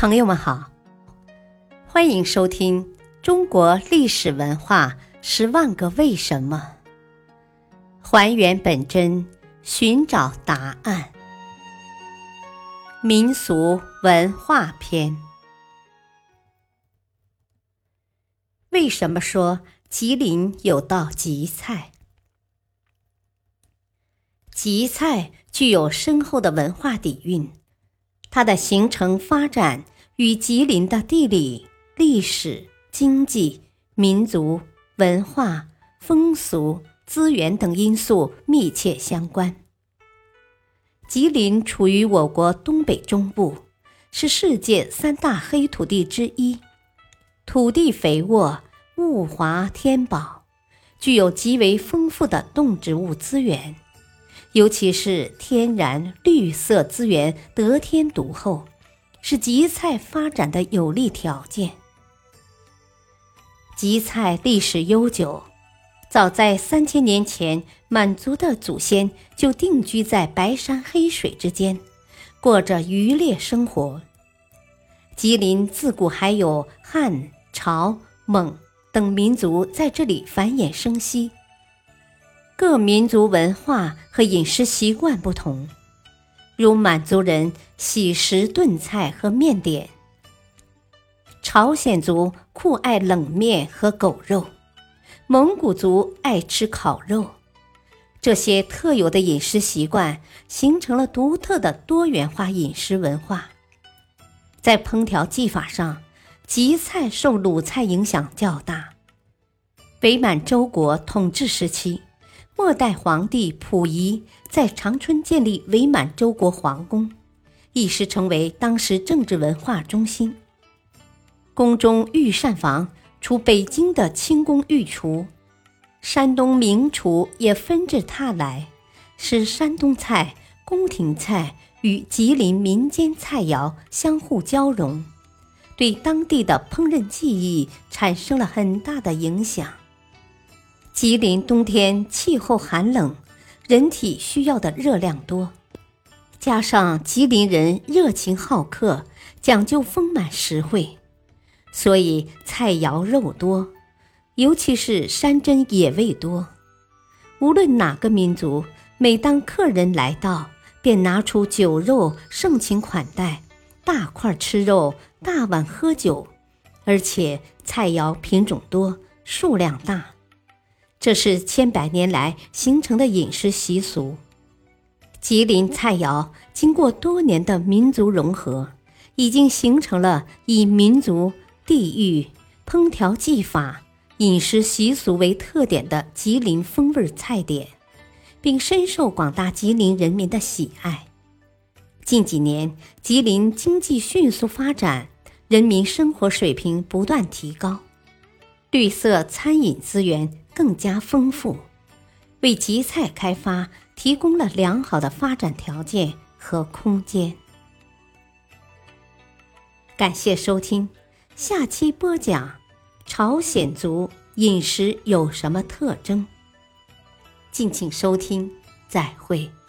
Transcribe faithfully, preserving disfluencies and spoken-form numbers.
朋友们好，欢迎收听《中国历史文化十万个为什么》，还原本真，寻找答案。民俗文化篇。为什么说吉林有道吉菜？吉菜具有深厚的文化底蕴，它的形成发展与吉林的地理、历史、经济、民族、文化、风俗、资源等因素密切相关。吉林处于我国东北中部，是世界三大黑土地之一，土地肥沃，物华天宝，具有极为丰富的动植物资源，尤其是天然绿色资源得天独厚，是吉菜发展的有利条件。吉菜历史悠久，早在三千年前，满族的祖先就定居在白山黑水之间，过着渔猎生活。吉林自古还有汉、朝、蒙等民族在这里繁衍生息。各民族文化和饮食习惯不同，如满族人喜食炖菜和面点，朝鲜族酷爱冷面和狗肉，蒙古族爱吃烤肉。这些特有的饮食习惯形成了独特的多元化饮食文化。在烹调技法上，吉菜受鲁菜影响较大。伪满洲国统治时期，末代皇帝溥仪在长春建立伪满洲国皇宫，一时成为当时政治文化中心。宫中御膳房除北京的清宫御厨，山东名厨也纷至沓来，使山东菜、宫廷菜与吉林民间菜肴相互交融，对当地的烹饪技艺产生了很大的影响。吉林冬天气候寒冷，人体需要的热量多，加上吉林人热情好客，讲究丰满实惠，所以菜肴肉多，尤其是山珍野味多。无论哪个民族，每当客人来到，便拿出酒肉盛情款待，大块吃肉，大碗喝酒，而且菜肴品种多，数量大。这是千百年来形成的饮食习俗。吉林菜肴经过多年的民族融合，已经形成了以民族、地域、烹调技法、饮食习俗为特点的吉林风味菜点，并深受广大吉林人民的喜爱。近几年，吉林经济迅速发展，人民生活水平不断提高，绿色餐饮资源更加丰富，为吉菜开发提供了良好的发展条件和空间。感谢收听，下期播讲朝鲜族饮食有什么特征？敬请收听，再会。